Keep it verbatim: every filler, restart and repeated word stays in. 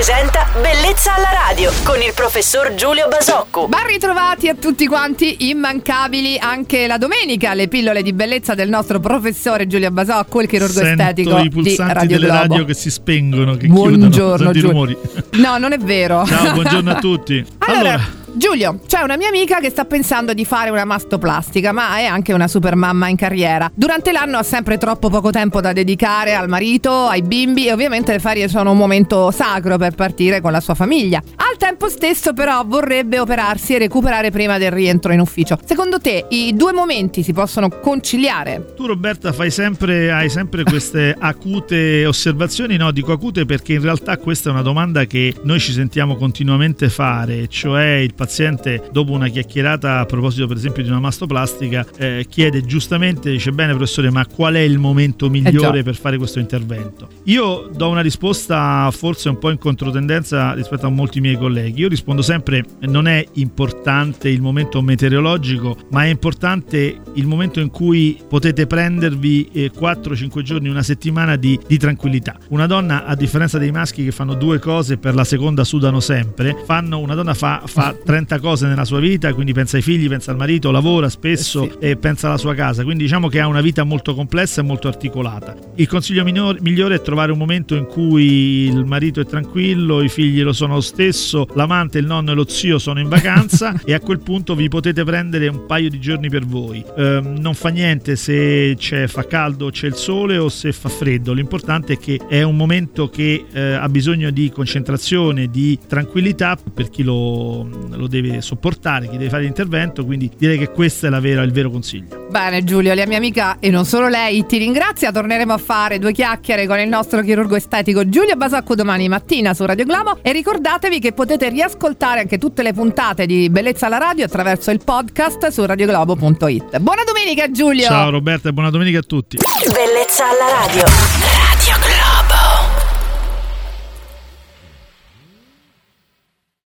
presenta Bellezza alla radio con il professor Giulio Basocco. Ben ritrovati a tutti quanti, immancabili anche la domenica le pillole di bellezza del nostro professore Giulio Basocco, il chirurgo Sento estetico i pulsanti di Radio delle Globo. radio che si spengono, che buongiorno, chiudono, senti i Giulio. rumori. No, non è vero. Ciao, buongiorno a tutti. Allora, allora Giulio, c'è una mia amica che sta pensando di fare una mastoplastica, ma è anche una super mamma in carriera. Durante l'anno ha sempre troppo poco tempo da dedicare al marito, ai bimbi, e ovviamente le ferie sono un momento sacro per partire con la sua famiglia. Al tempo stesso però vorrebbe operarsi e recuperare prima del rientro in ufficio. Secondo te i due momenti si possono conciliare? tu, Roberta, fai sempre hai sempre queste acute osservazioni. No, dico acute perché in realtà questa è una domanda che noi ci sentiamo continuamente fare, cioè il paziente, dopo una chiacchierata a proposito per esempio di una mastoplastica, eh, chiede giustamente, dice: bene professore, ma qual è il momento migliore eh per fare questo intervento? Io do una risposta forse un po' in controtendenza rispetto a molti miei colleghi. Io rispondo sempre: non è importante il momento meteorologico, ma è importante il momento in cui potete prendervi eh, quattro cinque giorni, una settimana di, di tranquillità. Una donna, a differenza dei maschi che fanno due cose, per la seconda sudano sempre, fanno una donna fa, fa trenta cose nella sua vita, quindi pensa ai figli, pensa al marito, lavora spesso eh sì. e pensa alla sua casa, quindi diciamo che ha una vita molto complessa e molto articolata. Il consiglio minor, migliore è trovare un momento in cui il marito è tranquillo, i figli lo sono lo stesso, l'amante, il nonno e lo zio sono in vacanza e a quel punto vi potete prendere un paio di giorni per voi. Ehm, non fa niente se c'è, fa caldo, c'è il sole o se fa freddo, l'importante è che è un momento che eh, ha bisogno di concentrazione, di tranquillità per chi lo lo deve sopportare, chi deve fare l'intervento, quindi direi che questo è la vera, il vero consiglio. Bene Giulio, la mia amica e non solo lei ti ringrazia. Torneremo a fare due chiacchiere con il nostro chirurgo estetico Giulio Basocco domani mattina su Radio Globo, e ricordatevi che potete riascoltare anche tutte le puntate di Bellezza alla radio attraverso il podcast su radioglobo punto it. Buona domenica Giulio! Ciao Roberta e buona domenica a tutti. Bellezza alla radio.